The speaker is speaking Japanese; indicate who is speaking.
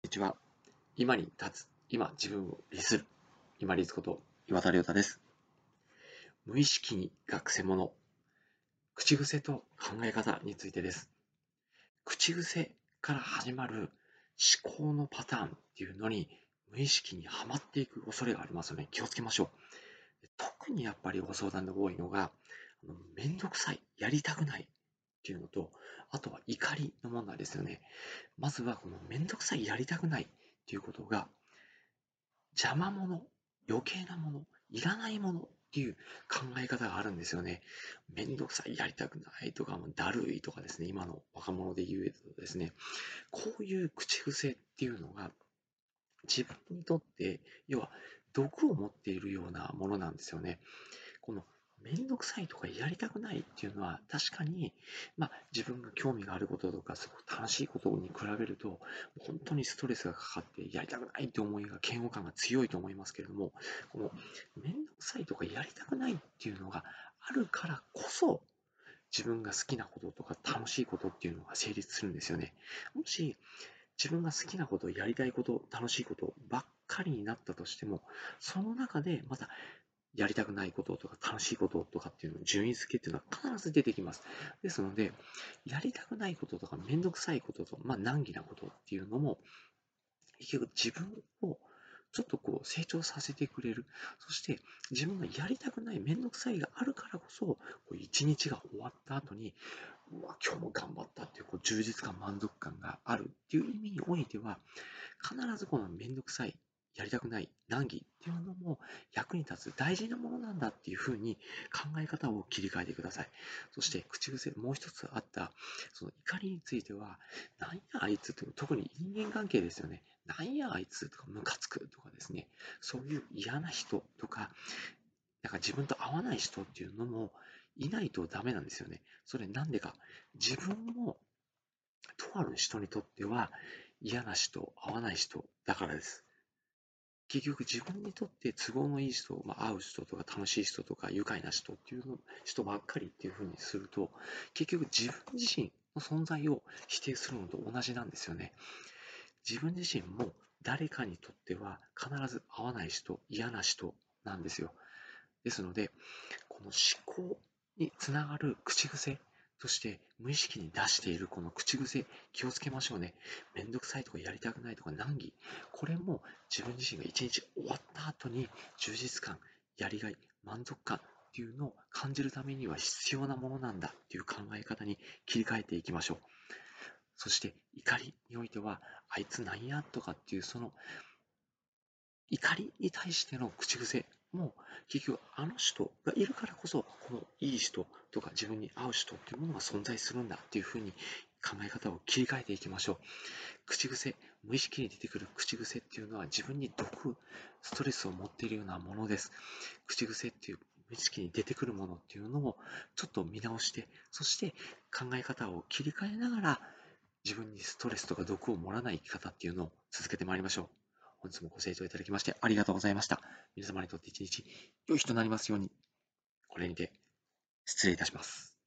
Speaker 1: にちは。今に立つ。今、自分を律する。今律こと岩田亮太です。無意識にがくせ者。口癖と考え方についてです。口癖から始まる思考のパターンっていうのに無意識にはまっていく恐れがありますので気をつけましょう。特にやっぱりご相談で多いのが、めんどくさい、やりたくないっていうのと、あとは怒りの問題ですよね。まずはこのめんどくさい、やりたくないっていうことが邪魔者、余計なもの、いらないものっていう考え方があるんですよね。めんどくさい、やりたくないとか、だるいとかですね、今の若者で言うとですね、こういう口癖っていうのが自分にとって、要は毒を持っているようなものなんですよね。このめんどくさいとかやりたくないっていうのは確かに、自分が興味があることとかすごく楽しいことに比べると本当にストレスがかかってやりたくないって思いが嫌悪感が強いと思いますけれども、このめんどくさいとかやりたくないっていうのがあるからこそ自分が好きなこととか楽しいことっていうのが成立するんですよね。もし自分が好きなこと、やりたいこと、楽しいことばっかりになったとしても、その中でまたやりたくないこととか楽しいこととかっていうの順位付けっていうのは必ず出てきます。ですので、やりたくないこととかめんどくさいことと、難儀なことっていうのも、結局自分をちょっと成長させてくれる。そして自分がやりたくないめんどくさいがあるからこそ、一日が終わった後に、今日も頑張ったっていう充実感、満足感があるっていう意味においては、必ずこのめんどくさい、やりたくない、難儀っていうのも役に立つ大事なものなんだっていうふうに考え方を切り替えてください。そして口癖、もう一つあったその怒りについては、なんやあいつって、特に人間関係ですよね。なんやあいつとかムカつくとかですね、そういう嫌な人とか、なんか自分と合わない人っていうのもいないとダメなんですよね。それなんでか。自分もとある人にとっては嫌な人、合わない人だからです。結局自分にとって都合のいい人、会う人とか楽しい人とか愉快な人っていうの人ばっかりっていう風にすると、結局自分自身の存在を否定するのと同じなんですよね。自分自身も誰かにとっては必ず合わない人、嫌な人なんですよ。ですので、この思考につながる口癖、そして無意識に出しているこの口癖、気をつけましょうね。めんどくさいとかやりたくないとか難儀。これも自分自身が一日終わった後に充実感、やりがい、満足感っていうのを感じるためには必要なものなんだっていう考え方に切り替えていきましょう。そして怒りにおいては、あいつなんやとかっていうその怒りに対しての口癖も結局あの人がいるからこそこのいい人とか自分に合う人っていうものが存在するんだっていうふうに考え方を切り替えていきましょう。口癖、無意識に出てくる口癖っていうのは自分に毒、ストレスを持っているようなものです。口癖っていう無意識に出てくるものっていうのをちょっと見直して、そして考え方を切り替えながら自分にストレスとか毒を盛らない生き方っていうのを続けてまいりましょう。本日もご清聴いただきましてありがとうございました。皆様にとって一日良い日となりますように、これにて失礼いたします。